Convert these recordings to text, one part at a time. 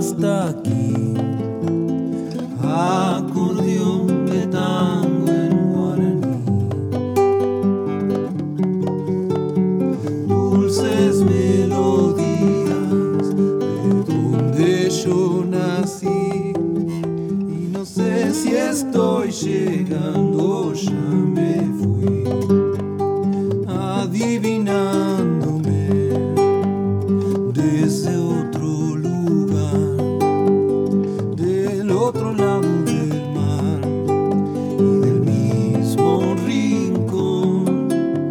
hasta aquí. Acordeón de tango en guaraní. Dulces melodías de donde yo nací. Y no sé si estoy llegando, ya me fui. Adivinándome desde otro lugar, del otro lado del mar y del mismo rincón.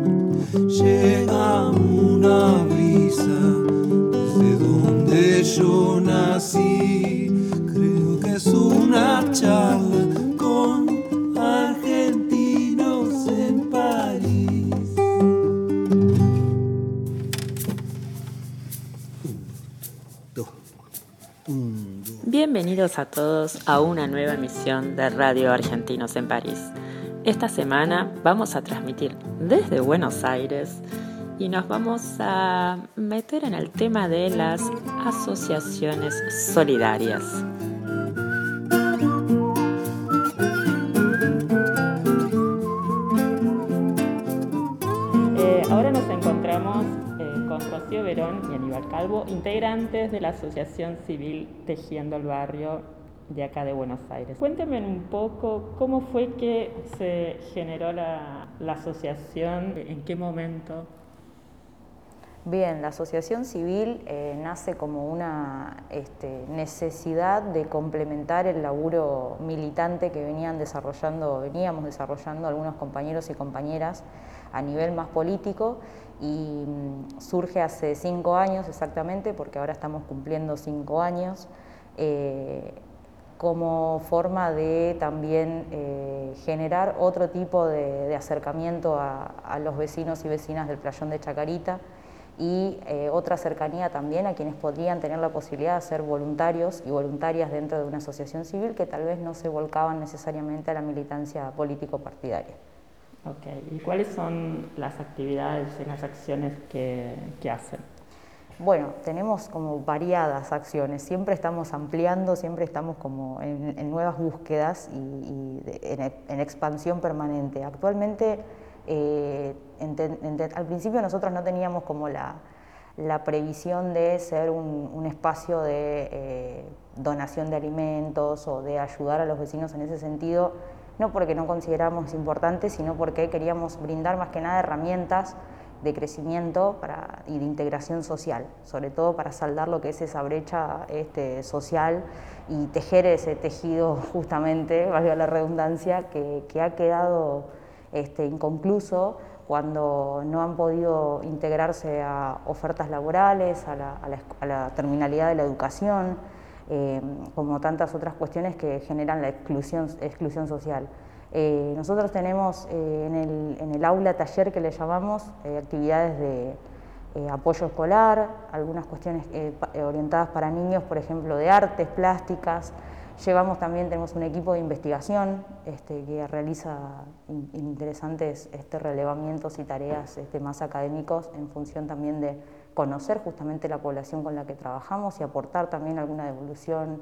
Llega una brisa desde donde yo nací. Creo que es una charla con argentinos en París. Bienvenidos a todos a una nueva emisión de Radio Argentinos en París. Esta semana vamos a transmitir desde Buenos Aires y nos vamos a meter en el tema de las asociaciones solidarias. Ahora nos encontramos con Rocío Verón y Aníbal Calvo, integrantes de la Asociación Civil Tejiendo el Barrio de acá de Buenos Aires. Cuéntenme un poco cómo fue que se generó la asociación, en qué momento. Bien, la asociación civil nace como una necesidad de complementar el laburo militante que veníamos desarrollando algunos compañeros y compañeras a nivel más político, y surge hace 5 años exactamente, porque ahora estamos cumpliendo 5 años, como forma de también generar otro tipo de acercamiento a los vecinos y vecinas del Playón de Chacarita, y otra cercanía también a quienes podrían tener la posibilidad de ser voluntarios y voluntarias dentro de una asociación civil que tal vez no se volcaban necesariamente a la militancia político-partidaria. Ok, ¿y cuáles son las actividades y las acciones que hacen? Bueno, tenemos como variadas acciones, siempre estamos ampliando, siempre estamos como en nuevas búsquedas y en expansión permanente. Actualmente, al principio nosotros no teníamos como la previsión de ser un espacio de donación de alimentos o de ayudar a los vecinos en ese sentido, no porque no consideramos importante, sino porque queríamos brindar más que nada herramientas de crecimiento y de integración social, sobre todo para saldar lo que es esa brecha social y tejer ese tejido, justamente, valga la redundancia, que ha quedado inconcluso cuando no han podido integrarse a ofertas laborales, a la terminalidad de la educación, como tantas otras cuestiones que generan la exclusión social. Nosotros tenemos en el aula taller, que le llamamos, actividades de apoyo escolar, algunas cuestiones orientadas para niños, por ejemplo, de artes plásticas. Tenemos un equipo de investigación que realiza interesantes relevamientos y tareas más académicos, en función también de conocer justamente la población con la que trabajamos y aportar también alguna devolución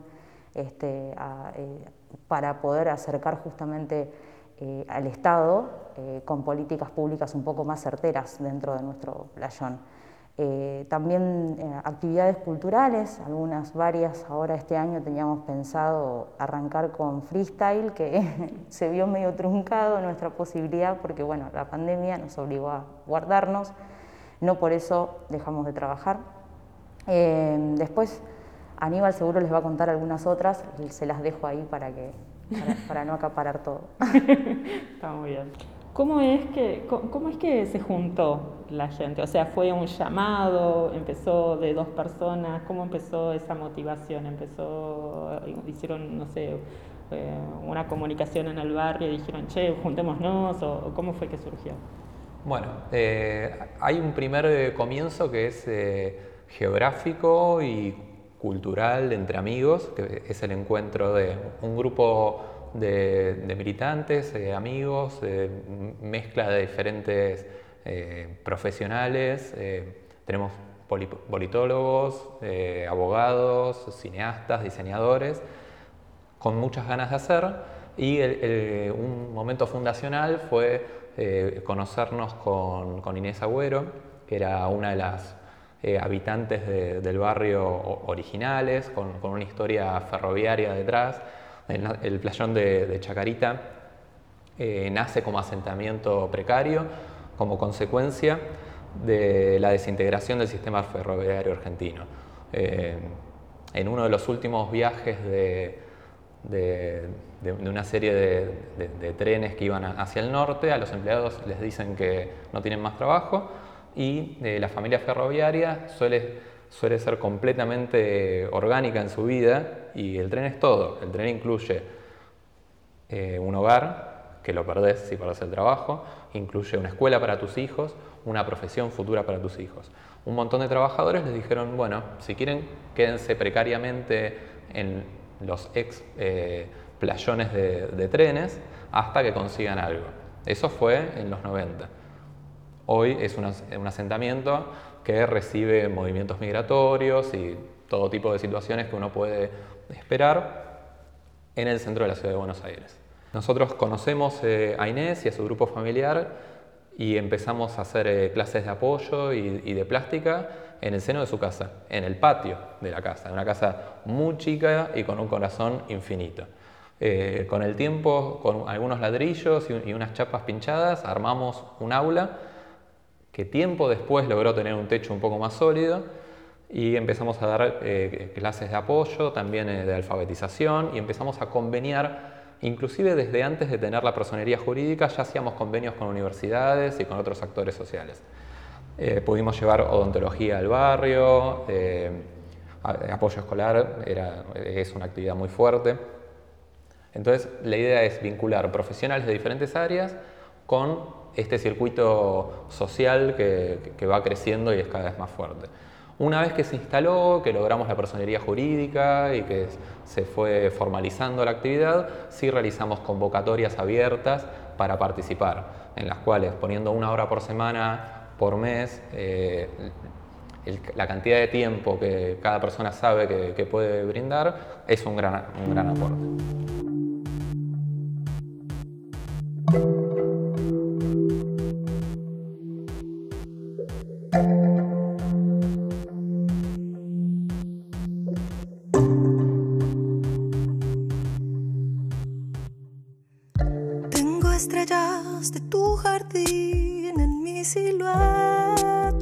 para poder acercar justamente al Estado con políticas públicas un poco más certeras dentro de nuestro playón. También actividades culturales, varias. Ahora este año teníamos pensado arrancar con freestyle, que se vio medio truncado nuestra posibilidad porque bueno, la pandemia nos obligó a guardarnos, no por eso dejamos de trabajar. Después Aníbal seguro les va a contar algunas otras, se las dejo ahí para no acaparar todo. Está muy bien. ¿Cómo es que se juntó la gente? O sea, ¿fue un llamado? ¿Empezó de 2 personas? ¿Cómo empezó esa motivación? ¿Hicieron, no sé, una comunicación en el barrio y dijeron, che, juntémonos? ¿O cómo fue que surgió? Bueno, hay un primer comienzo que es geográfico y cultural entre amigos, que es el encuentro de un grupo de militantes, amigos, mezcla de diferentes profesionales. Tenemos politólogos, abogados, cineastas, diseñadores, con muchas ganas de hacer, y un momento fundacional fue conocernos con Inés Agüero, que era una de las habitantes del barrio originales, con una historia ferroviaria detrás. El playón de Chacarita nace como asentamiento precario, como consecuencia de la desintegración del sistema ferroviario argentino. En uno de los últimos viajes de una serie de trenes que iban hacia el norte, a los empleados les dicen que no tienen más trabajo, y la familia ferroviaria suele ser completamente orgánica en su vida, y el tren es todo. El tren incluye un hogar, que lo perdés si perdés el trabajo, incluye una escuela para tus hijos, una profesión futura para tus hijos. Un montón de trabajadores les dijeron, bueno, si quieren, quédense precariamente en los playones de trenes hasta que consigan algo. Eso fue en los 90. Hoy es un asentamiento que recibe movimientos migratorios y todo tipo de situaciones que uno puede esperar en el centro de la ciudad de Buenos Aires. Nosotros conocemos a Inés y a su grupo familiar y empezamos a hacer clases de apoyo y de plástica en el seno de su casa, en el patio de la casa, una casa muy chica y con un corazón infinito. Con el tiempo, con algunos ladrillos y unas chapas pinchadas, armamos un aula que tiempo después logró tener un techo un poco más sólido, y empezamos a dar clases de apoyo, también de alfabetización, y empezamos a conveniar. Inclusive desde antes de tener la personería jurídica ya hacíamos convenios con universidades y con otros actores sociales. Pudimos llevar odontología al barrio, apoyo escolar es una actividad muy fuerte. Entonces la idea es vincular profesionales de diferentes áreas con este circuito social que va creciendo y es cada vez más fuerte. Una vez que se instaló, que logramos la personería jurídica y que se fue formalizando la actividad, sí realizamos convocatorias abiertas para participar, en las cuales, poniendo 1 hora por semana, por mes, la cantidad de tiempo que cada persona sabe que puede brindar, es un gran aporte. Estrellas de tu jardín en mi silueta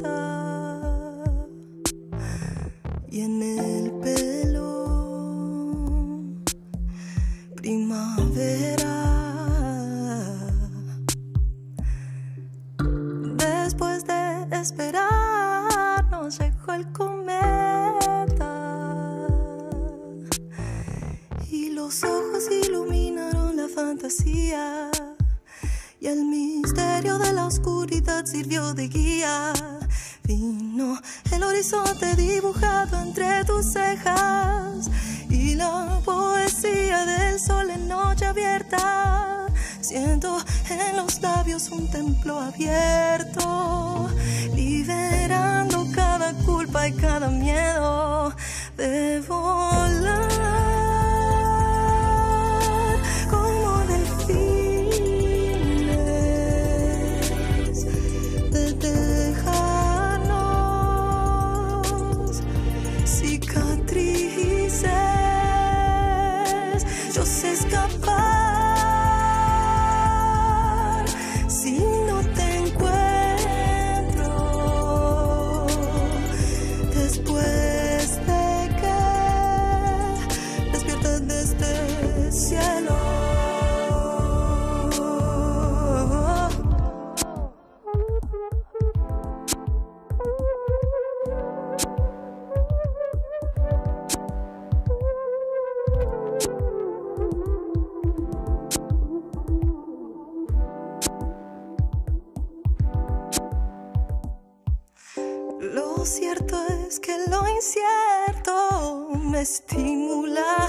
y en el pelo primavera. Después de esperar nos llegó el cometa y los ojos iluminaron la fantasía. Y el misterio de la oscuridad sirvió de guía. Vino el horizonte dibujado entre tus cejas y la poesía del sol en noche abierta. Siento en los labios un templo abierto, liberando cada culpa y cada miedo de volar. Lo cierto es que lo incierto me estimula.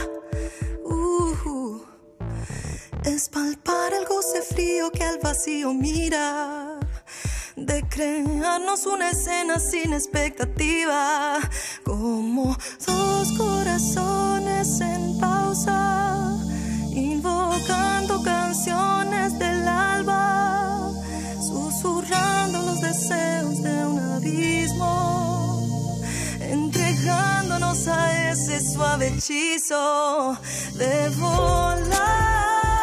Es palpar el goce frío que al vacío mira. de crearnos una escena sin expectativa, como dos corazones en pausa, invocando canciones del alba, susurrando los deseos de un abismo, entregándonos a ese suave hechizo de volar.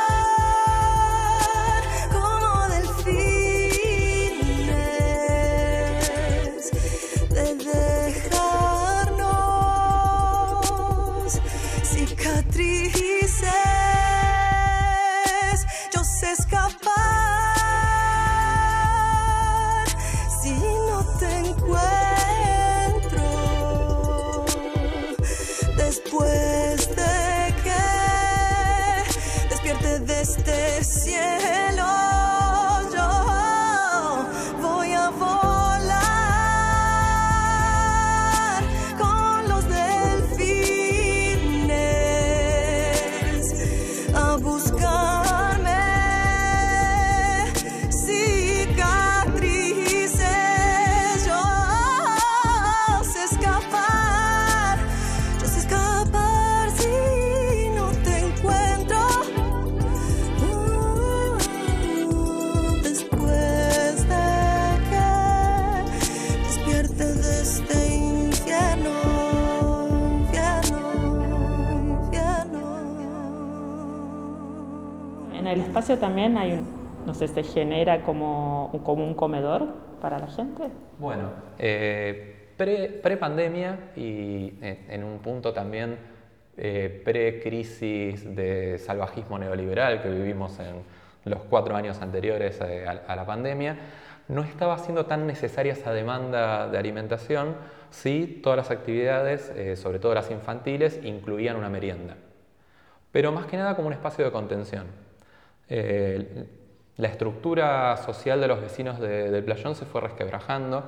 Yo sé escapar si no te encuentro, después de que despierte de este cielo. Yo voy a volar con los delfines a buscarme cicatrices. Yo sé escapar si no te encuentro, después de que despierte de este infierno. En el espacio también hay no sé, se genera como un comedor para la gente. Bueno, pre-pandemia y en un punto también pre-crisis de salvajismo neoliberal que vivimos en los 4 años anteriores a la pandemia, no estaba siendo tan necesaria esa demanda de alimentación si todas las actividades, sobre todo las infantiles, incluían una merienda. Pero más que nada como un espacio de contención. La estructura social de los vecinos del Playón se fue resquebrajando.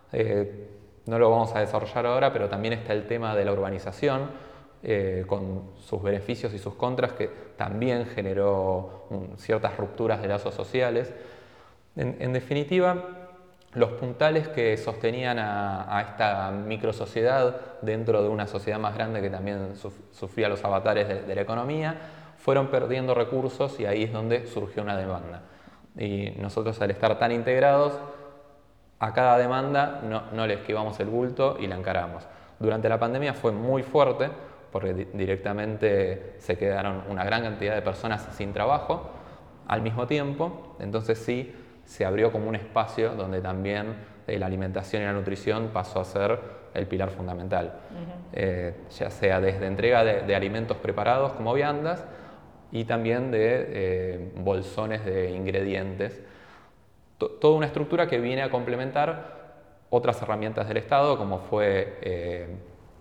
No lo vamos a desarrollar ahora, pero también está el tema de la urbanización, con sus beneficios y sus contras, que también generó ciertas rupturas de lazos sociales. En definitiva, los puntales que sostenían a esta microsociedad dentro de una sociedad más grande que también sufría los avatares de la economía, fueron perdiendo recursos y ahí es donde surgió una demanda. Y nosotros, al estar tan integrados, a cada demanda no le esquivamos el bulto y la encaramos. Durante la pandemia fue muy fuerte porque directamente se quedaron una gran cantidad de personas sin trabajo al mismo tiempo, entonces sí se abrió como un espacio donde también la alimentación y la nutrición pasó a ser el pilar fundamental. Ya sea desde entrega de alimentos preparados como viandas y también de bolsones de ingredientes. Toda una estructura que viene a complementar otras herramientas del Estado, como fue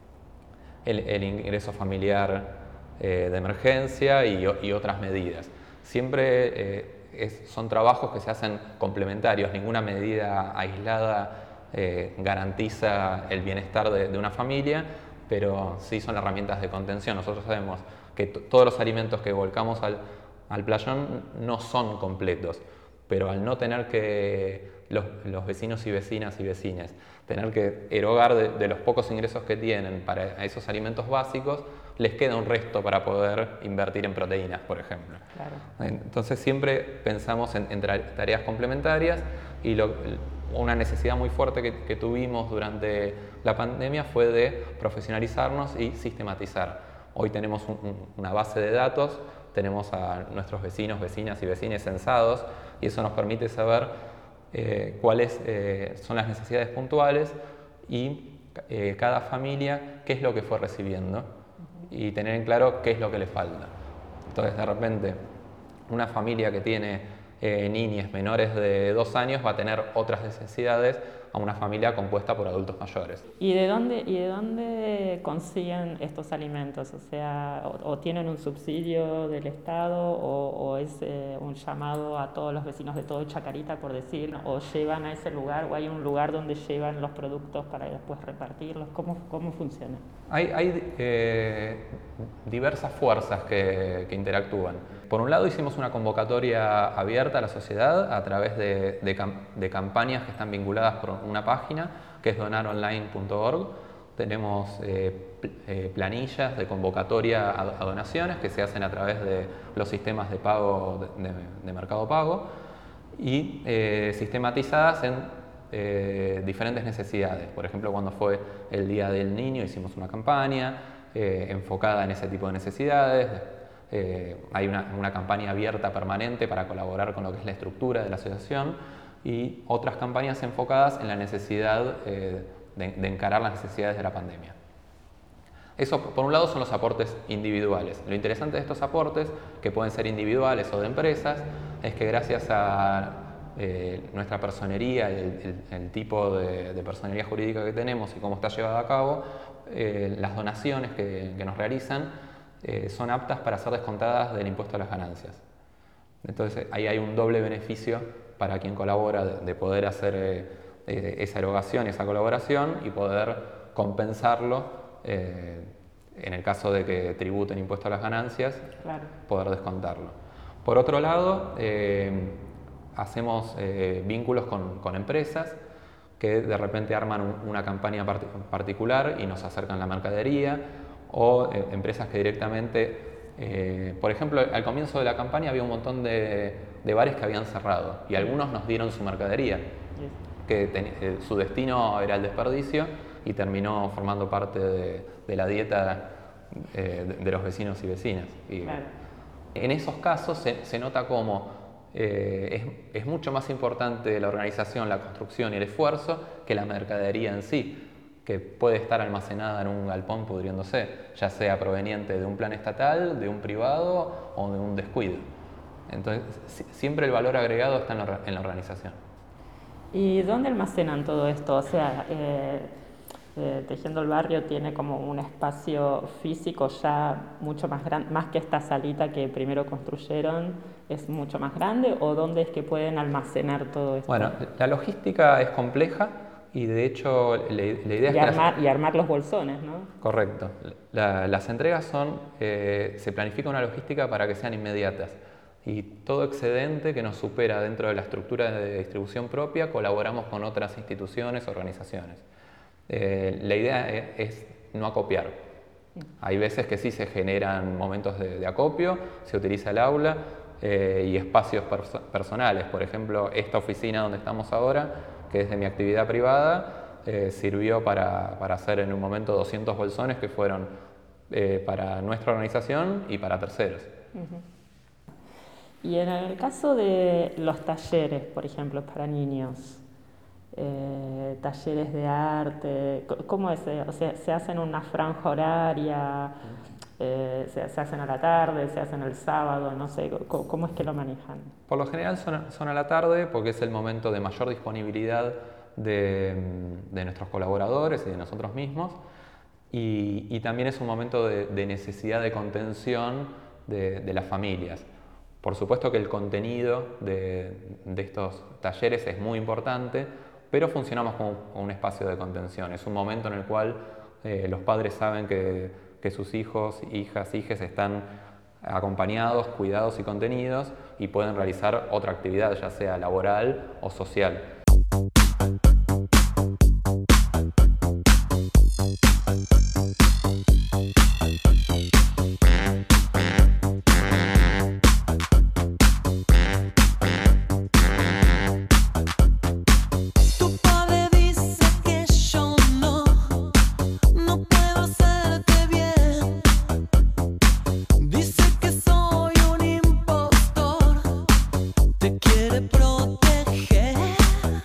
el ingreso familiar de emergencia y otras medidas. Siempre son trabajos que se hacen complementarios, ninguna medida aislada garantiza el bienestar de una familia, pero sí son herramientas de contención. Nosotros sabemos que todos los alimentos que volcamos al Playón no son completos, pero al no tener que los vecinos y vecinas y vecines tener que erogar de los pocos ingresos que tienen para esos alimentos básicos, les queda un resto para poder invertir en proteínas, por ejemplo. Claro. Entonces siempre pensamos en tareas complementarias y una necesidad muy fuerte que tuvimos durante la pandemia fue de profesionalizarnos y sistematizar. Hoy tenemos una base de datos, tenemos a nuestros vecinos, vecinas y vecines censados y eso nos permite saber cuáles son las necesidades puntuales y cada familia qué es lo que fue recibiendo y tener en claro qué es lo que le falta. Entonces, de repente, una familia que tiene niñas menores de 2 años va a tener otras necesidades a una familia compuesta por adultos mayores. ¿Y de dónde consiguen estos alimentos? O sea, o tienen un subsidio del Estado o es un llamado a todos los vecinos de todo Chacarita, por decir, o llevan a ese lugar o hay un lugar donde llevan los productos para después repartirlos. ¿Cómo funciona? Hay diversas fuerzas que interactúan. Por un lado hicimos una convocatoria abierta a la sociedad a través de campañas que están vinculadas por una página que es donaronline.org. Tenemos planillas de convocatoria a donaciones que se hacen a través de los sistemas de pago de Mercado Pago y sistematizadas en diferentes necesidades. Por ejemplo, cuando fue el Día del Niño hicimos una campaña enfocada en ese tipo de necesidades. Hay una campaña abierta permanente para colaborar con lo que es la estructura de la asociación y otras campañas enfocadas en la necesidad de encarar las necesidades de la pandemia. Eso, por un lado, son los aportes individuales. Lo interesante de estos aportes, que pueden ser individuales o de empresas, es que gracias a nuestra personería, el tipo de personería jurídica que tenemos y cómo está llevada a cabo, las donaciones que nos realizan son aptas para ser descontadas del impuesto a las ganancias. Entonces ahí hay un doble beneficio para quien colabora de poder hacer esa erogación y esa colaboración y poder compensarlo en el caso de que tributen impuesto a las ganancias, claro, poder descontarlo. Por otro lado, hacemos vínculos con empresas que de repente arman una campaña particular y nos acercan la mercadería, o empresas que directamente, por ejemplo, al comienzo de la campaña había un montón de bares que habían cerrado y algunos nos dieron su mercadería, que su destino era el desperdicio y terminó formando parte de la dieta de los vecinos y vecinas. Y claro, en esos casos se nota cómo es mucho más importante la organización, la construcción y el esfuerzo que la mercadería en sí, que puede estar almacenada en un galpón pudriéndose, ya sea proveniente de un plan estatal, de un privado o de un descuido. Entonces, siempre el valor agregado está en la organización. ¿Y dónde almacenan todo esto? O sea, Tejiendo el Barrio tiene como un espacio físico ya mucho más grande, más que esta salita que primero construyeron, ¿es mucho más grande? ¿O dónde es que pueden almacenar todo esto? Bueno, la logística es compleja. Y de hecho la idea es armar los bolsones, ¿no? Correcto. Las entregas se planifica una logística para que sean inmediatas. Y todo excedente que nos supera dentro de la estructura de distribución propia, colaboramos con otras instituciones, organizaciones. La idea es no acopiar. Hay veces que sí se generan momentos de acopio, se utiliza el aula y espacios personales. Por ejemplo, esta oficina donde estamos ahora, que es de mi actividad privada, sirvió para hacer en un momento 200 bolsones que fueron para nuestra organización y para terceros. Y en el caso de los talleres, por ejemplo, para niños, talleres de arte, ¿cómo es? O sea, ¿se hacen una franja horaria? ¿Se hacen a la tarde? ¿Se hacen el sábado? No sé, ¿cómo es que lo manejan? Por lo general son a la tarde porque es el momento de mayor disponibilidad de nuestros colaboradores y de nosotros mismos y también es un momento de necesidad de contención de las familias. Por supuesto que el contenido de estos talleres es muy importante, pero funcionamos como un espacio de contención. Es un momento en el cual los padres saben que sus hijos, hijas, hijes están acompañados, cuidados y contenidos y pueden realizar otra actividad, ya sea laboral o social. Te quiere proteger.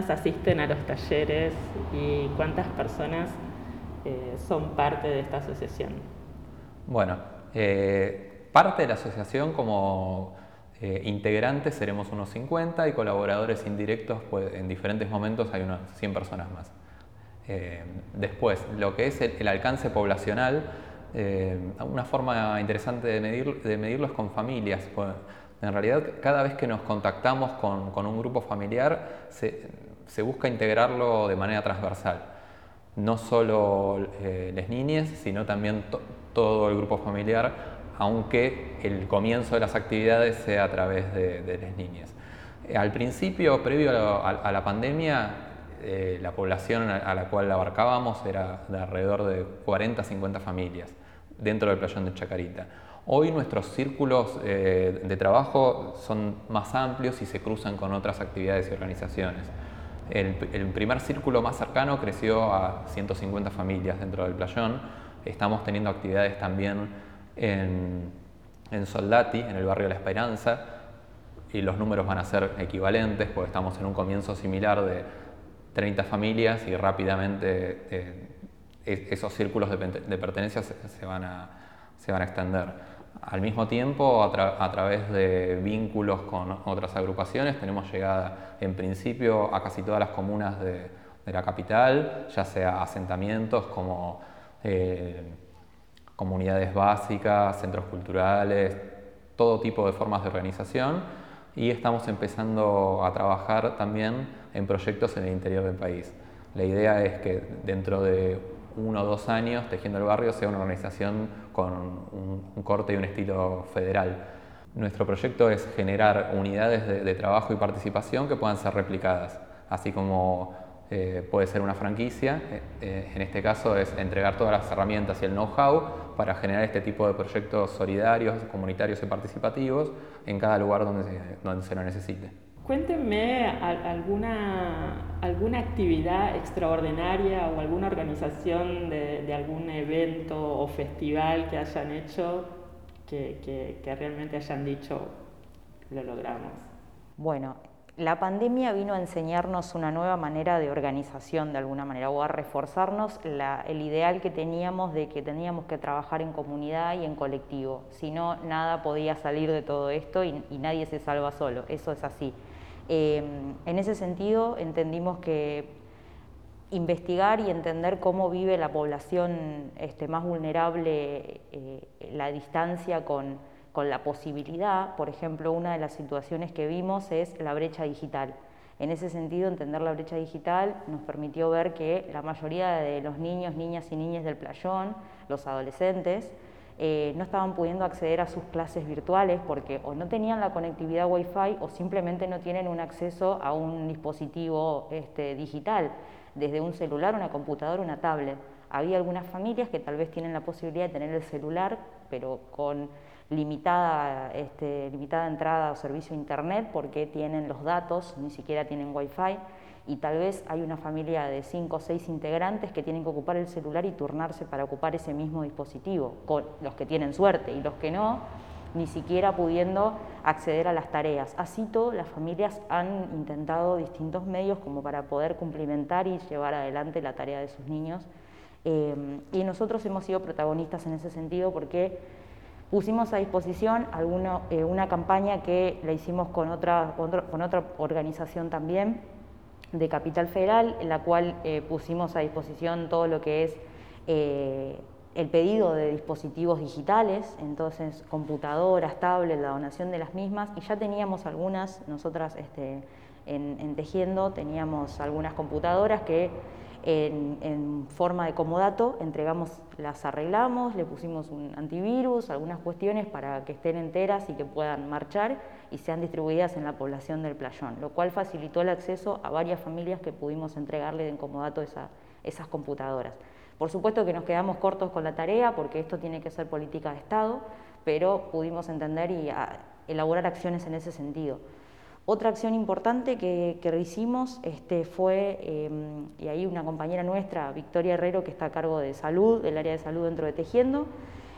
personas asisten a los talleres y cuántas personas son parte de esta asociación? Bueno, parte de la asociación como integrantes seremos unos 50 y colaboradores indirectos, pues en diferentes momentos hay unas 100 personas más. Después, lo que es el alcance poblacional, una forma interesante de medirlo es con familias. Pues, en realidad, cada vez que nos contactamos con un grupo familiar, se busca integrarlo de manera transversal. No solo las niñas, sino también todo el grupo familiar, aunque el comienzo de las actividades sea a través de las niñas. Al principio, previo a la pandemia, la población a la cual abarcábamos era de alrededor de 40-50 familias dentro del playón de Chacarita. Hoy nuestros círculos de trabajo son más amplios y se cruzan con otras actividades y organizaciones. El primer círculo más cercano creció a 150 familias dentro del playón. Estamos teniendo actividades también en Soldati, en el barrio La Esperanza, y los números van a ser equivalentes porque estamos en un comienzo similar de 30 familias y rápidamente esos círculos de pertenencia se van a extender. Al mismo tiempo, a través de vínculos con otras agrupaciones, tenemos llegada en principio a casi todas las comunas de la capital, ya sea asentamientos como comunidades básicas, centros culturales, todo tipo de formas de organización, y estamos empezando a trabajar también en proyectos en el interior del país. La idea es que dentro de 1 o 2 años, Tejiendo el Barrio sea una organización con un corte y un estilo federal. Nuestro proyecto es generar unidades de trabajo y participación que puedan ser replicadas, así como puede ser una franquicia. En este caso es entregar todas las herramientas y el know-how para generar este tipo de proyectos solidarios, comunitarios y participativos en cada lugar donde se lo necesite. Cuéntenme alguna actividad extraordinaria o alguna organización de algún evento o festival que hayan hecho que realmente hayan dicho, lo logramos. Bueno, la pandemia vino a enseñarnos una nueva manera de organización de alguna manera, o a reforzarnos el ideal que teníamos de que teníamos que trabajar en comunidad y en colectivo. Si no, nada podía salir de todo esto y nadie se salva solo, eso es así. En ese sentido, entendimos que investigar y entender cómo vive la población más vulnerable la distancia con la posibilidad. Por ejemplo, una de las situaciones que vimos es la brecha digital. En ese sentido, entender la brecha digital nos permitió ver que la mayoría de los niños, niñas y niñas del playón, los adolescentes, no estaban pudiendo acceder a sus clases virtuales porque o no tenían la conectividad Wi-Fi o simplemente no tienen un acceso a un dispositivo digital, desde un celular, una computadora, una tablet. Había algunas familias que tal vez tienen la posibilidad de tener el celular, pero con limitada entrada o servicio a internet porque tienen los datos, ni siquiera tienen Wi-Fi. Y tal vez hay una familia de 5 o 6 integrantes que tienen que ocupar el celular y turnarse para ocupar ese mismo dispositivo, con los que tienen suerte y los que no, ni siquiera pudiendo acceder a las tareas. Así todo, las familias han intentado distintos medios como para poder cumplimentar y llevar adelante la tarea de sus niños. Y nosotros hemos sido protagonistas en ese sentido porque pusimos a disposición una campaña que la hicimos con otra organización también, de Capital Federal, en la cual pusimos a disposición todo lo que es el pedido de dispositivos digitales, entonces computadoras, tablets, la donación de las mismas, y ya teníamos algunas, nosotras en Tejiendo teníamos algunas computadoras que en forma de comodato entregamos, las arreglamos, le pusimos un antivirus, algunas cuestiones para que estén enteras y que puedan marchar y sean distribuidas en la población del playón, lo cual facilitó el acceso a varias familias que pudimos entregarle en comodato esas computadoras. Por supuesto que nos quedamos cortos con la tarea porque esto tiene que ser política de Estado, pero pudimos entender y elaborar acciones en ese sentido. Otra acción importante que hicimos fue, y ahí una compañera nuestra, Victoria Herrero, que está a cargo de salud, del área de salud dentro de Tejiendo,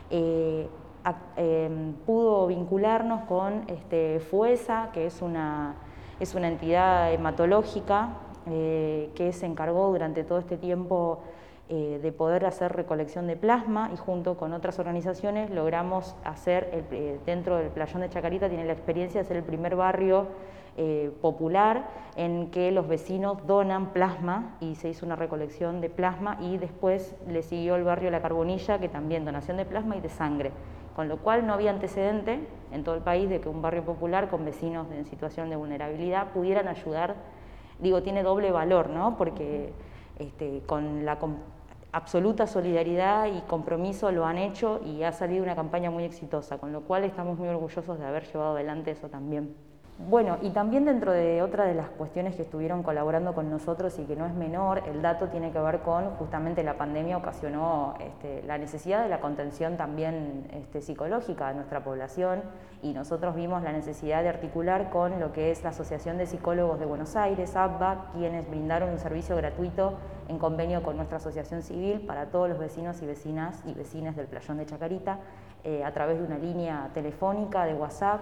pudo vincularnos con FUESA, que es una entidad hematológica que se encargó durante todo este tiempo de poder hacer recolección de plasma, y junto con otras organizaciones logramos hacer, dentro del Playón de Chacarita tiene la experiencia de ser el primer barrio popular en que los vecinos donan plasma, y se hizo una recolección de plasma, y después le siguió el barrio La Carbonilla, que también donación de plasma y de sangre, con lo cual no había antecedente en todo el país de que un barrio popular con vecinos en situación de vulnerabilidad pudieran ayudar. Digo, tiene doble valor, ¿no? Porque con la absoluta solidaridad y compromiso lo han hecho, y ha salido una campaña muy exitosa, con lo cual estamos muy orgullosos de haber llevado adelante eso también. Bueno, y también dentro de otra de las cuestiones que estuvieron colaborando con nosotros y que no es menor, el dato tiene que ver con justamente la pandemia ocasionó la necesidad de la contención también psicológica de nuestra población, y nosotros vimos la necesidad de articular con lo que es la Asociación de Psicólogos de Buenos Aires, APBA, quienes brindaron un servicio gratuito en convenio con nuestra asociación civil para todos los vecinos y vecinas del Playón de Chacarita, a través de una línea telefónica, de WhatsApp,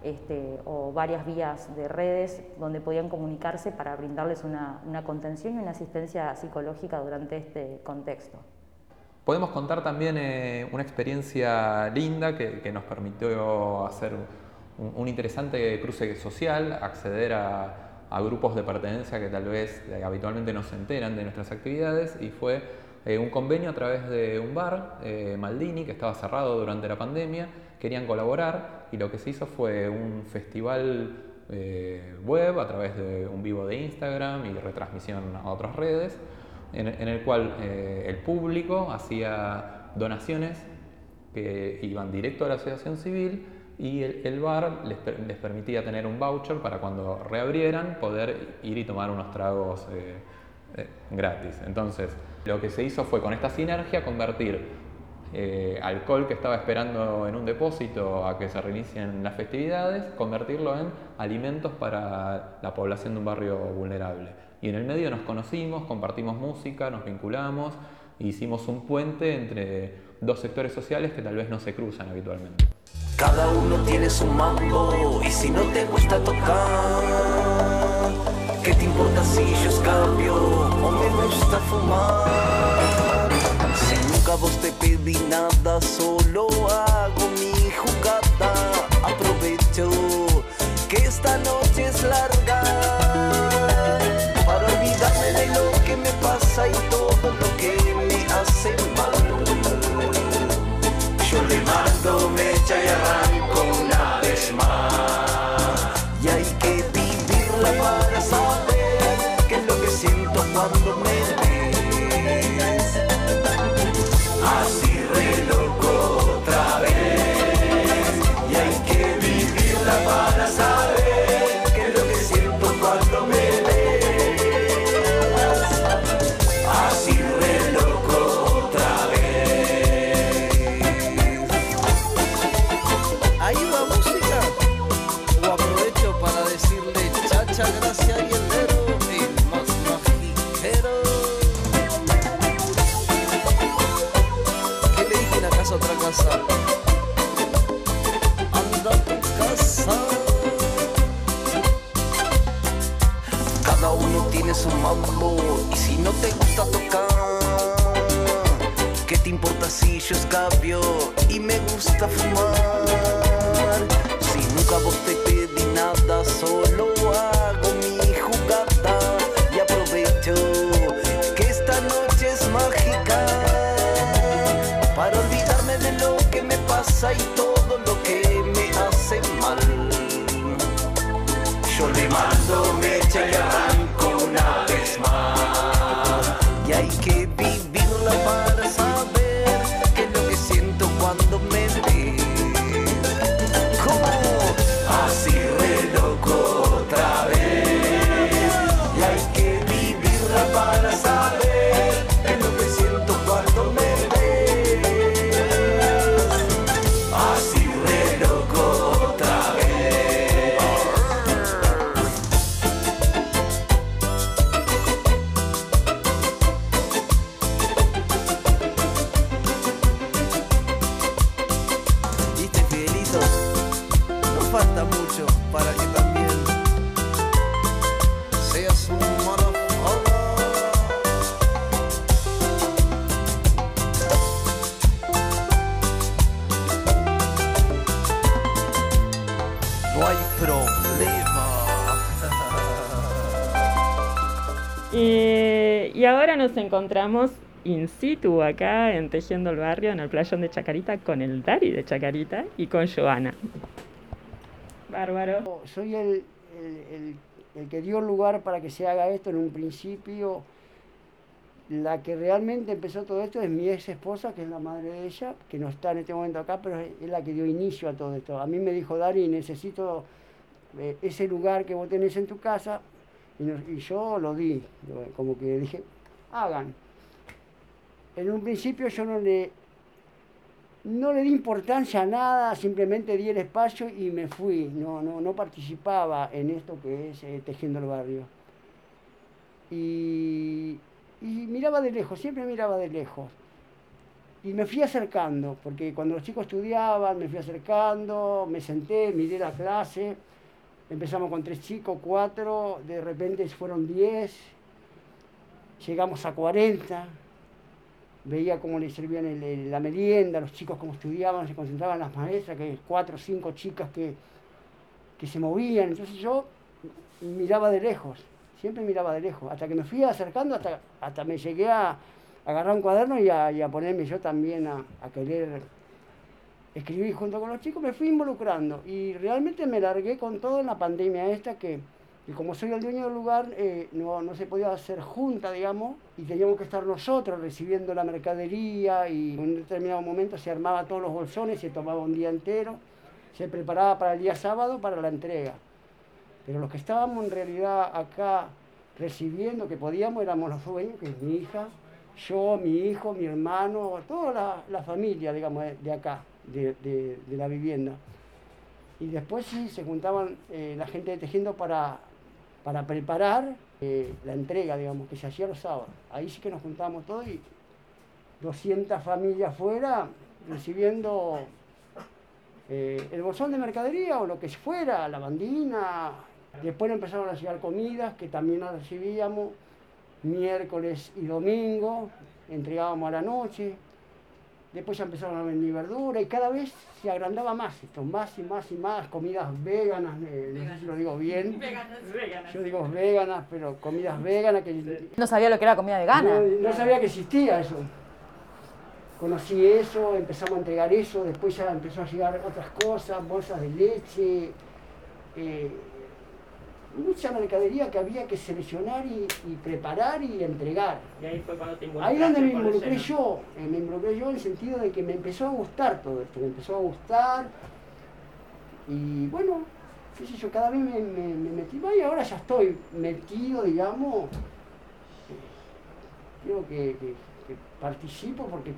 o varias vías de redes donde podían comunicarse para brindarles una contención y una asistencia psicológica durante este contexto. Podemos contar también una experiencia linda que nos permitió hacer un interesante cruce social, acceder a grupos de pertenencia que tal vez habitualmente no se enteran de nuestras actividades, y fue un convenio a través de un bar, Maldini, que estaba cerrado durante la pandemia. Querían colaborar, y lo que se hizo fue un festival web a través de un vivo de Instagram y retransmisión a otras redes, en el cual el público hacía donaciones que iban directo a la asociación civil, y el bar les permitía tener un voucher para cuando reabrieran poder ir y tomar unos tragos gratis. Entonces, lo que se hizo fue, con esta sinergia, convertir alcohol que estaba esperando en un depósito a que se reinicien las festividades, convertirlo en alimentos para la población de un barrio vulnerable. Y en el medio nos conocimos, compartimos música, nos vinculamos, e hicimos un puente entre dos sectores sociales que tal vez no se cruzan habitualmente. Cada uno tiene su mambo, y si no te gusta tocar, ¿qué te importa si yo escapio o me gusta fumar? Si nunca vos te pedí nada, solo hago mi jugada. Aprovecho que esta noche es larga para olvidarme de lo que me pasa y todo lo que me hace mal. Yo le mando mecha y arranco una vez más, y hay que vivirla para saber qué es lo que siento cuando me ves. Así re loco otra vez, y hay que vivirla para saber qué es lo que siento cuando me ves. Así re loco otra vez. ¿Hay una música? ¿O aprovecho para decirle chacha, gracias y el más majitero? ¿Acaso otra casa? Anda a tu casa. Cada uno tiene su mambo, y si no te gusta tocar, ¿qué te importa si yo escapio y me gusta fumar? Si nunca vos te pedí nada, solo hago mi jugada, y aprovecho que esta noche es mágica para olvidarme de lo que me pasa y todo lo que me hace mal. Yo le mando mecha y arranco una vez más, y hay que vivirla para saber qué es lo que siento cuando me ves. ¿Cómo? Así re loco otra vez, y hay que vivirla para saber qué es lo que siento cuando me ves. Así re loco otra vez. ¿Viste, Fidelito? No falta mucho para que también seas un motherfucker. Y ahora nos encontramos in situ acá en Tejiendo el Barrio, en el playón de Chacarita, con el Dari de Chacarita y con Joana. Bárbaro. Soy el que dio lugar para que se haga esto en un principio. La que realmente empezó todo esto es mi ex esposa, que es la madre de ella, que no está en este momento acá, pero es la que dio inicio a todo esto. A mí me dijo, Dari, necesito ese lugar que vos tenés en tu casa, y yo lo di, como que dije, hagan. En un principio yo no le di importancia a nada, simplemente di el espacio y me fui, no participaba en esto que es Tejiendo el Barrio. Y miraba de lejos, siempre miraba de lejos. Y me fui acercando, porque cuando los chicos estudiaban, me fui acercando, me senté, miré la clase. Empezamos con 3 chicos, 4, de repente fueron 10, llegamos a 40. Veía cómo les servían la merienda, los chicos cómo estudiaban, se concentraban las maestras, que 4 o 5 chicas que se movían. Entonces yo miraba de lejos. Siempre miraba de lejos, hasta que me fui acercando, hasta me llegué a agarrar un cuaderno y a ponerme yo también a querer escribir junto con los chicos. Me fui involucrando y realmente me largué con todo en la pandemia esta, que como soy el dueño del lugar, no se podía hacer junta, digamos, y teníamos que estar nosotros recibiendo la mercadería, y en un determinado momento se armaba todos los bolsones, se tomaba un día entero, se preparaba para el día sábado para la entrega. Pero los que estábamos en realidad acá recibiendo, que podíamos, éramos los dueños, que es mi hija, yo, mi hijo, mi hermano, toda la familia, digamos, de acá, de la vivienda. Y después sí, se juntaban la gente de Tejiendo para preparar la entrega, digamos, que se hacía los sábados. Ahí sí que nos juntábamos todos y 200 familias fuera recibiendo el bolsón de mercadería o lo que fuera, la bandina. Después empezaron a llegar comidas que también las recibíamos miércoles y domingo, entregábamos a la noche. Después ya empezaron a vender verdura y cada vez se agrandaba más esto, más y más y más, comidas veganas, no sé si lo digo bien. Veganas. Yo digo veganas, pero comidas veganas que... No sabía lo que era comida vegana. No sabía que existía eso. Conocí eso, empezamos a entregar eso, después ya empezó a llegar otras cosas, bolsas de leche, mucha mercadería que había que seleccionar y preparar y entregar. Y ahí fue cuando te involucraste. Ahí donde me involucré yo en el sentido de que me empezó a gustar todo esto, me empezó a gustar y bueno, qué sé yo, cada vez me metí más y ahora ya estoy metido, digamos, creo que participo porque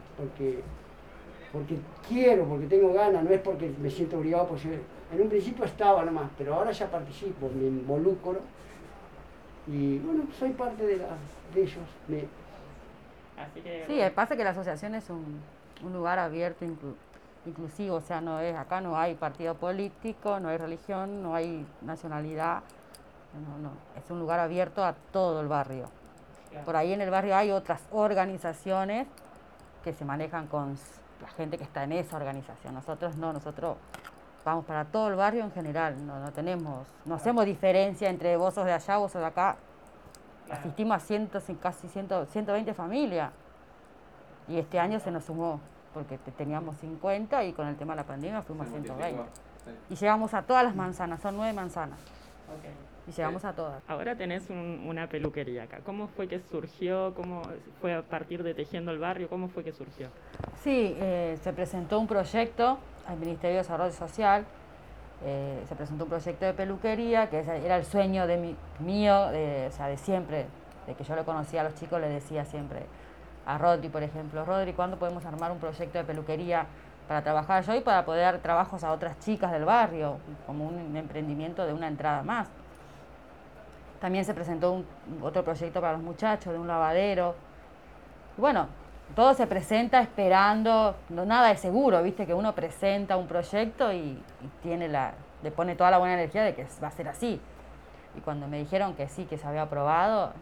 quiero, porque tengo ganas, no es porque me siento obligado, porque en un principio estaba nomás, pero ahora ya participo, me involucro y bueno, soy parte de ellos. Así que, Sí, pasa que la asociación es un lugar abierto, inclusivo, o sea, acá no hay partido político, no hay religión, no hay nacionalidad, no, es un lugar abierto a todo el barrio. claro. Por ahí en el barrio hay otras organizaciones que se manejan con la gente que está en esa organización. Nosotros no, nosotros vamos para todo el barrio en general, no hacemos diferencia entre vos sos de allá, vos sos de acá. Asistimos a casi 120 familias y este año se nos sumó porque teníamos 50 y con el tema de la pandemia fuimos a 120. Y llegamos a todas las manzanas, son 9 manzanas. Okay. Y llegamos a todas. Ahora tenés una peluquería acá. ¿Cómo fue que surgió? ¿Cómo fue a partir de Tejiendo el Barrio? ¿Cómo fue que surgió? Sí, se presentó un proyecto al Ministerio de Desarrollo Social, se presentó un proyecto de peluquería, que era el sueño mío, o sea, de siempre, de que yo lo conocía a los chicos, le decía siempre a Rodri, por ejemplo, Rodri, ¿cuándo podemos armar un proyecto de peluquería para trabajar yo y para poder dar trabajos a otras chicas del barrio, como un emprendimiento de una entrada más? También se presentó otro proyecto para los muchachos, de un lavadero. Y bueno, todo se presenta esperando, nada es seguro, viste que uno presenta un proyecto y le pone toda la buena energía de que va a ser así. Y cuando me dijeron que sí, que se había aprobado,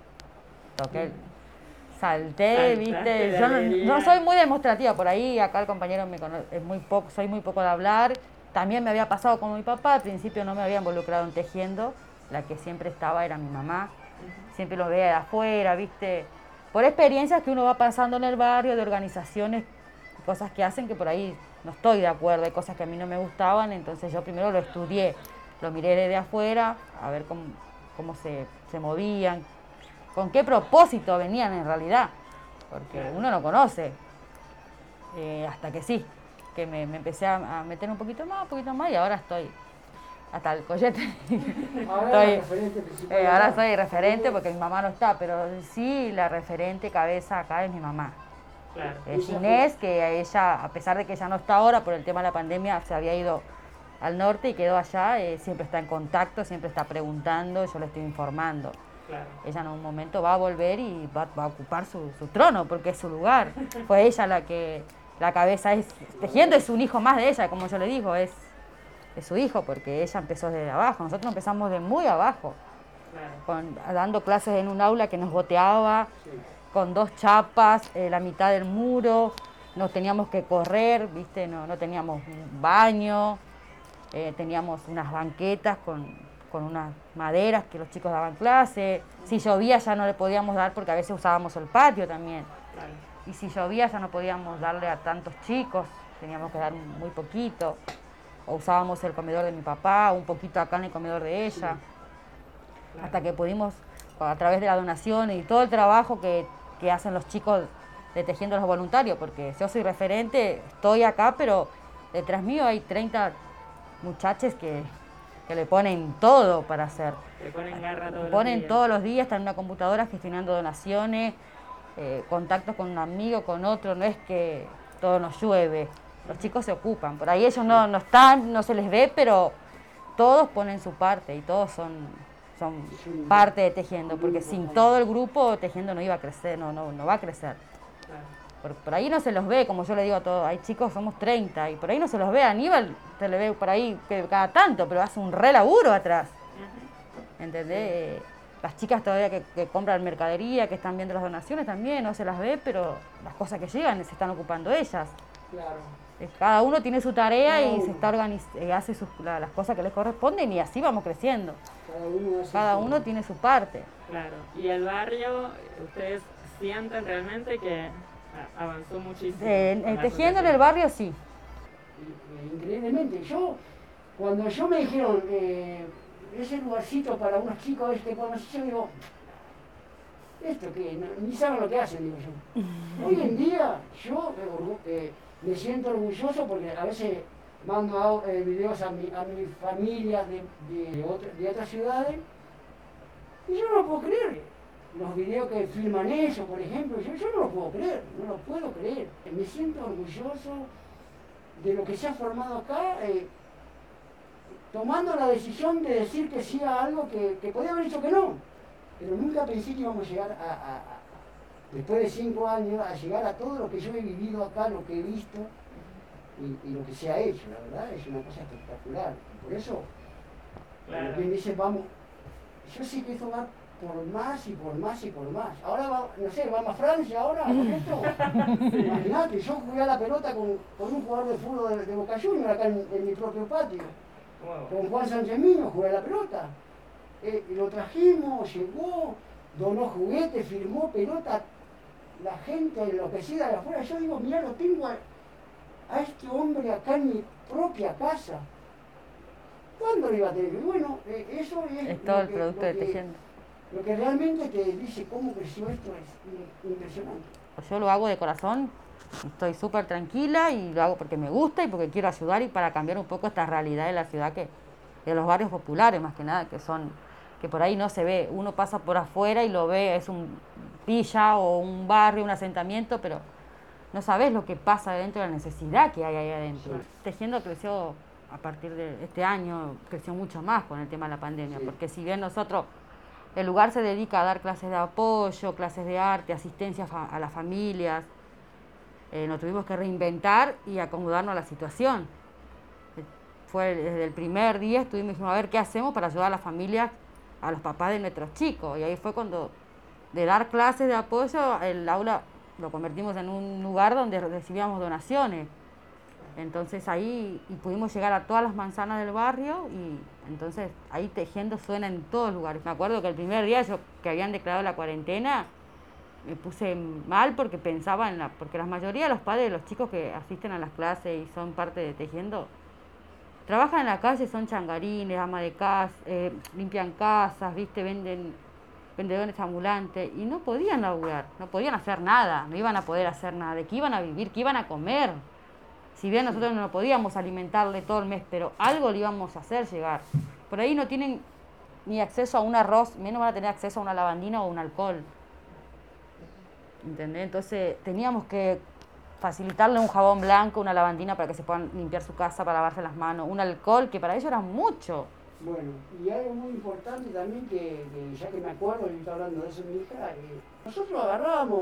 salté, viste. Yo no soy muy demostrativa por ahí, acá el compañero me conoce, soy muy poco de hablar. También me había pasado con mi papá, al principio no me había involucrado en tejiendo, la que siempre estaba era mi mamá. siempre los veía de afuera, ¿viste? Por experiencias que uno va pasando en el barrio, de organizaciones, cosas que hacen que por ahí no estoy de acuerdo, hay cosas que a mí no me gustaban, entonces yo primero lo estudié, lo miré desde afuera, a ver cómo se movían, con qué propósito venían en realidad, porque uno no conoce, hasta que sí, que me empecé a meter un poquito más y ahora estoy hasta el collete. Ahora soy referente porque mi mamá no está, pero sí la referente cabeza acá es mi mamá. Claro. Es Inés, que ella, a pesar de que ella no está ahora por el tema de la pandemia, se había ido al norte y quedó allá, siempre está en contacto, siempre está preguntando, yo le estoy informando. Claro. Ella en un momento va a volver y va a ocupar su trono porque es su lugar. Fue ella la cabeza es tejiendo, es un hijo más de ella, como yo le digo, es su hijo, porque ella empezó desde abajo, nosotros empezamos de muy abajo, dando clases en un aula que nos goteaba, con 2 chapas, la mitad del muro, nos teníamos que correr, ¿viste? No teníamos un baño, teníamos unas banquetas con unas maderas que los chicos daban clase, si llovía ya no le podíamos dar porque a veces usábamos el patio también, y si llovía ya no podíamos darle a tantos chicos, teníamos que dar muy poquito. O usábamos el comedor de mi papá, un poquito acá en el comedor de ella, hasta que pudimos, a través de la donación y todo el trabajo que hacen los chicos de Tejiendo los Voluntarios, porque yo soy referente, estoy acá, pero detrás mío hay 30 muchachos que le ponen todo para hacer. Le ponen garra todos los días, están en una computadora gestionando donaciones, contactos con un amigo, con otro, no es que todo nos llueve. Los chicos se ocupan, por ahí ellos no están, no se les ve, pero todos ponen su parte y todos son parte de Tejiendo, porque sin todo el grupo Tejiendo no iba a crecer, no va a crecer. Por ahí no se los ve, como yo le digo a todos, hay chicos, somos 30, y por ahí no se los ve. A Aníbal se le ve por ahí cada tanto, pero hace un re laburo atrás. ¿Entendés? Las chicas todavía que compran mercadería, que están viendo las donaciones también, no se las ve, pero las cosas que llegan se están ocupando ellas. Claro. Cada uno tiene su tarea y se está hace las cosas que les corresponden y así vamos creciendo. Cada uno tiene su parte. Claro. Y el barrio, ustedes sienten realmente que avanzó muchísimo. Tejiendo en el barrio sí. Increíblemente. Cuando me dijeron ese lugarcito para unos chicos yo digo, ¿esto qué? Ni saben lo que hacen, digo yo. Hoy en día yo me siento orgulloso porque a veces mando videos a mi familia de otras ciudades y yo no lo puedo creer. Los videos que filman ellos, por ejemplo, yo no lo puedo creer, no lo puedo creer. Me siento orgulloso de lo que se ha formado acá, tomando la decisión de decir que sí a algo que podía haber dicho que no, pero nunca pensé que íbamos a llegar después de 5 años, a llegar a todo lo que yo he vivido acá, lo que he visto y lo que se ha hecho. La verdad es una cosa espectacular. Por eso, como quien dice, vamos, yo sé que esto va por más y por más y por más. Ahora vamos a Francia ahora con esto. Imagínate, yo jugué a la pelota con un jugador de fútbol de Boca Juniors acá en mi propio patio. Con Juan Sanchemino jugué a la pelota. Y lo trajimos, llegó, donó juguetes, firmó pelota. La gente enloquecida de afuera, yo digo, mirá, lo tengo a este hombre acá en mi propia casa. ¿Cuándo lo iba a tener? Y bueno, eso es todo el producto de Tejiendo. Lo que realmente te dice cómo creció esto es impresionante. Yo lo hago de corazón, estoy súper tranquila y lo hago porque me gusta y porque quiero ayudar y para cambiar un poco esta realidad de la ciudad, de los barrios populares más que nada, que por ahí no se ve. Uno pasa por afuera y lo ve, es un villa o un barrio, un asentamiento, pero no sabes lo que pasa dentro de la necesidad que hay ahí adentro. Sí. Tejiendo creció a partir de este año, creció mucho más con el tema de la pandemia, sí. Porque si bien nosotros, el lugar se dedica a dar clases de apoyo, clases de arte, asistencia a las familias, nos tuvimos que reinventar y acomodarnos a la situación. Fue desde el primer día dijimos, a ver qué hacemos para ayudar a las familias, a los papás de nuestros chicos. Y ahí fue cuando, de dar clases de apoyo, el aula lo convertimos en un lugar donde recibíamos donaciones. Entonces ahí y pudimos llegar a todas las manzanas del barrio y entonces ahí tejiendo suena en todos lugares. Me acuerdo que el primer día que habían declarado la cuarentena me puse mal porque pensaba porque la mayoría de los padres de los chicos que asisten a las clases y son parte de tejiendo trabajan en la calle, son changarines, ama de casa, limpian casas, ¿viste? Venden vendedores ambulantes y no podían laburar, no podían hacer nada, no iban a poder hacer nada. ¿De qué iban a vivir? ¿Qué iban a comer? Si bien nosotros no podíamos alimentarle todo el mes, pero algo le íbamos a hacer llegar. Por ahí no tienen ni acceso a un arroz, menos van a tener acceso a una lavandina o un alcohol. ¿Entendés? Entonces teníamos que facilitarle un jabón blanco, una lavandina para que se puedan limpiar su casa, para lavarse las manos, un alcohol, que para ellos era mucho. Bueno, y algo muy importante también que ya que me acuerdo, yo estaba hablando de eso mi hija, nosotros agarrábamos,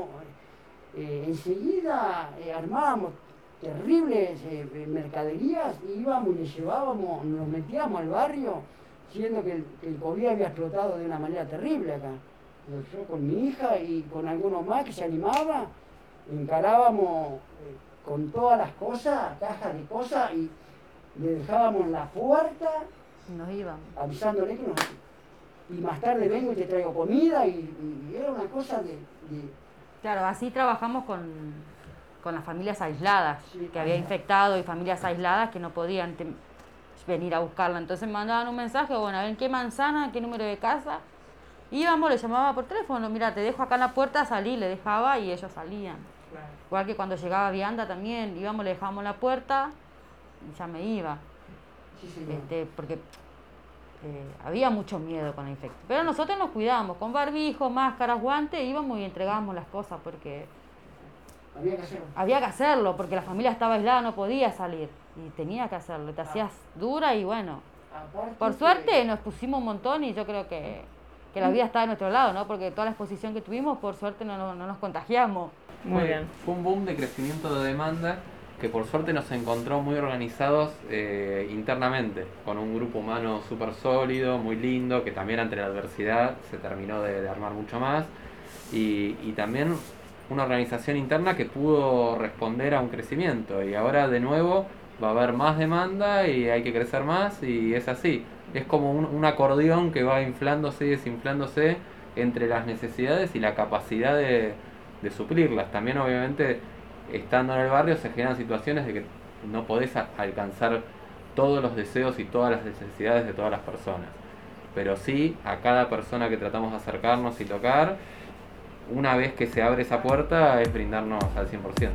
enseguida armábamos terribles mercaderías y íbamos y les llevábamos, nos metíamos al barrio, siendo que el COVID había explotado de una manera terrible acá. Yo con mi hija y con algunos más que se animaba, encarábamos con todas las cosas, cajas de cosas, y le dejábamos en la puerta, nos íbamos avisándole que y más tarde vengo y te traigo comida, y era una cosa de... Claro, así trabajamos con las familias aisladas, sí, que había infectado, y familias aisladas que no podían venir a buscarla. Entonces me mandaban un mensaje, bueno, a ver en qué manzana, qué número de casa. Íbamos, le llamaba por teléfono, mira, te dejo acá en la puerta, salí, le dejaba y ellos salían. Claro. Igual que cuando llegaba vianda también, íbamos, le dejábamos la puerta y ya me iba. Sí, porque había mucho miedo con la infección. Pero nosotros nos cuidábamos, con barbijo, máscaras, guantes, íbamos y entregábamos las cosas porque... Había que hacerlo, porque la familia estaba aislada, no podía salir. Y tenía que hacerlo, te hacías dura y bueno. Por suerte nos pusimos un montón y yo creo que la vida está de nuestro lado, ¿no? Porque toda la exposición que tuvimos, por suerte no nos contagiamos. Muy bien. Fue un boom de crecimiento de demanda que por suerte nos encontró muy organizados internamente, con un grupo humano súper sólido, muy lindo, que también ante la adversidad se terminó de armar mucho más. Y también una organización interna que pudo responder a un crecimiento. Y ahora de nuevo va a haber más demanda y hay que crecer más, y es así. Es como un acordeón que va inflándose y desinflándose entre las necesidades y la capacidad de suplirlas. También obviamente estando en el barrio se generan situaciones de que no podés alcanzar todos los deseos y todas las necesidades de todas las personas. Pero sí, a cada persona que tratamos de acercarnos y tocar, una vez que se abre esa puerta, es brindarnos al 100%.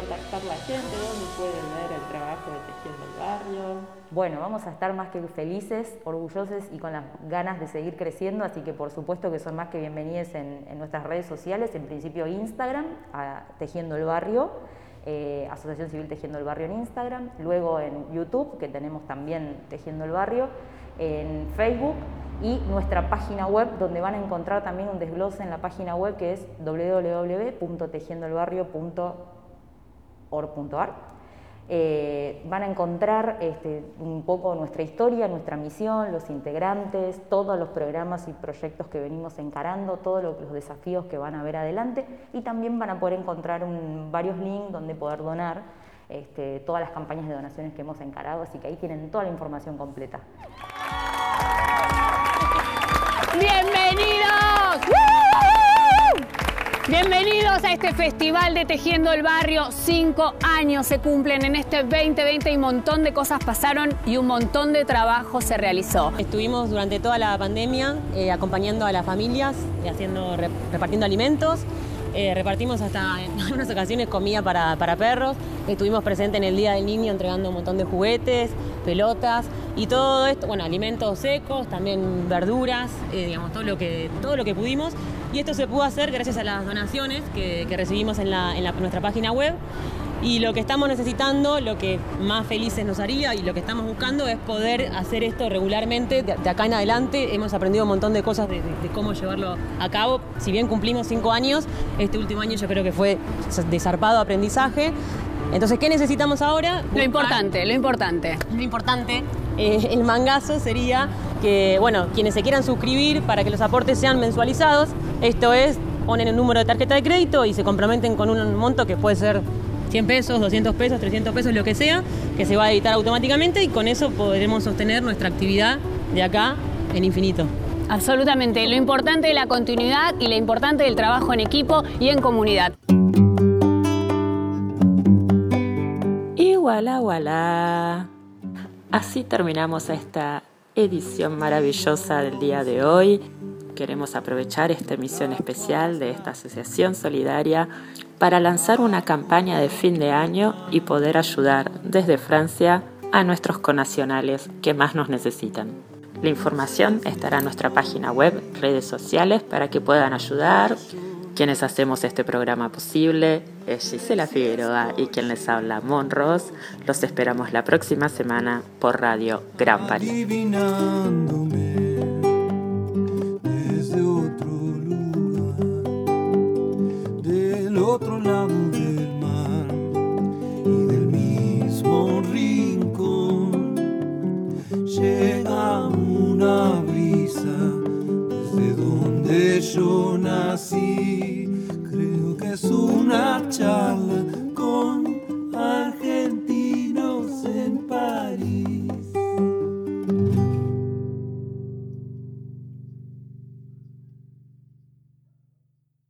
contactar la gente? ¿Dónde pueden ver el trabajo de Tejiendo el Barrio? Bueno, vamos a estar más que felices, orgullosos y con las ganas de seguir creciendo, así que por supuesto que son más que bienvenidos en nuestras redes sociales, en principio Instagram, a Tejiendo el Barrio, Asociación Civil Tejiendo el Barrio en Instagram, luego en YouTube, que tenemos también Tejiendo el Barrio, en Facebook y nuestra página web, donde van a encontrar también un desglose en la página web que es www.tejiendoelbarrio.org.ar. Van a encontrar un poco nuestra historia, nuestra misión, los integrantes, todos los programas y proyectos que venimos encarando, todos los desafíos que van a ver adelante, y también van a poder encontrar varios links donde poder donar todas las campañas de donaciones que hemos encarado, así que ahí tienen toda la información completa. ¡Bienvenidos! Bienvenidos a este festival de Tejiendo el Barrio. 5 años se cumplen en este 2020 y un montón de cosas pasaron y un montón de trabajo se realizó. Estuvimos durante toda la pandemia acompañando a las familias, repartiendo alimentos. Repartimos hasta en algunas ocasiones comida para perros. Estuvimos presentes en el Día del Niño entregando un montón de juguetes, pelotas y todo esto, bueno, alimentos secos, también verduras, digamos, todo lo que pudimos. Y esto se pudo hacer gracias a las donaciones que recibimos en nuestra página web. Y lo que estamos necesitando, lo que más felices nos haría y lo que estamos buscando es poder hacer esto regularmente. De acá en adelante hemos aprendido un montón de cosas de cómo llevarlo a cabo. Si bien cumplimos 5 años, este último año yo creo que fue de zarpado aprendizaje. Entonces, ¿qué necesitamos ahora? Lo importante. El mangazo sería que, bueno, quienes se quieran suscribir para que los aportes sean mensualizados, esto es, ponen el número de tarjeta de crédito y se comprometen con un monto que puede ser 100 pesos, 200 pesos, 300 pesos, lo que sea, que se va a editar automáticamente y con eso podremos sostener nuestra actividad de acá en infinito. Absolutamente. Lo importante es la continuidad y lo importante del trabajo en equipo y en comunidad. Y voilà. Así terminamos esta edición maravillosa del día de hoy. Queremos aprovechar esta emisión especial de esta asociación solidaria para lanzar una campaña de fin de año y poder ayudar desde Francia a nuestros connacionales que más nos necesitan. La información estará en nuestra página web, redes sociales, para que puedan ayudar. Quienes hacemos este programa posible es Gisela Figueroa y quien les habla, Mon Ros. Los esperamos la próxima semana por Radio Gran París. Adivinándome desde otro lugar, del otro lado del mar y del mismo rincón, llega una brisa desde donde yo nací. Creo que es una charla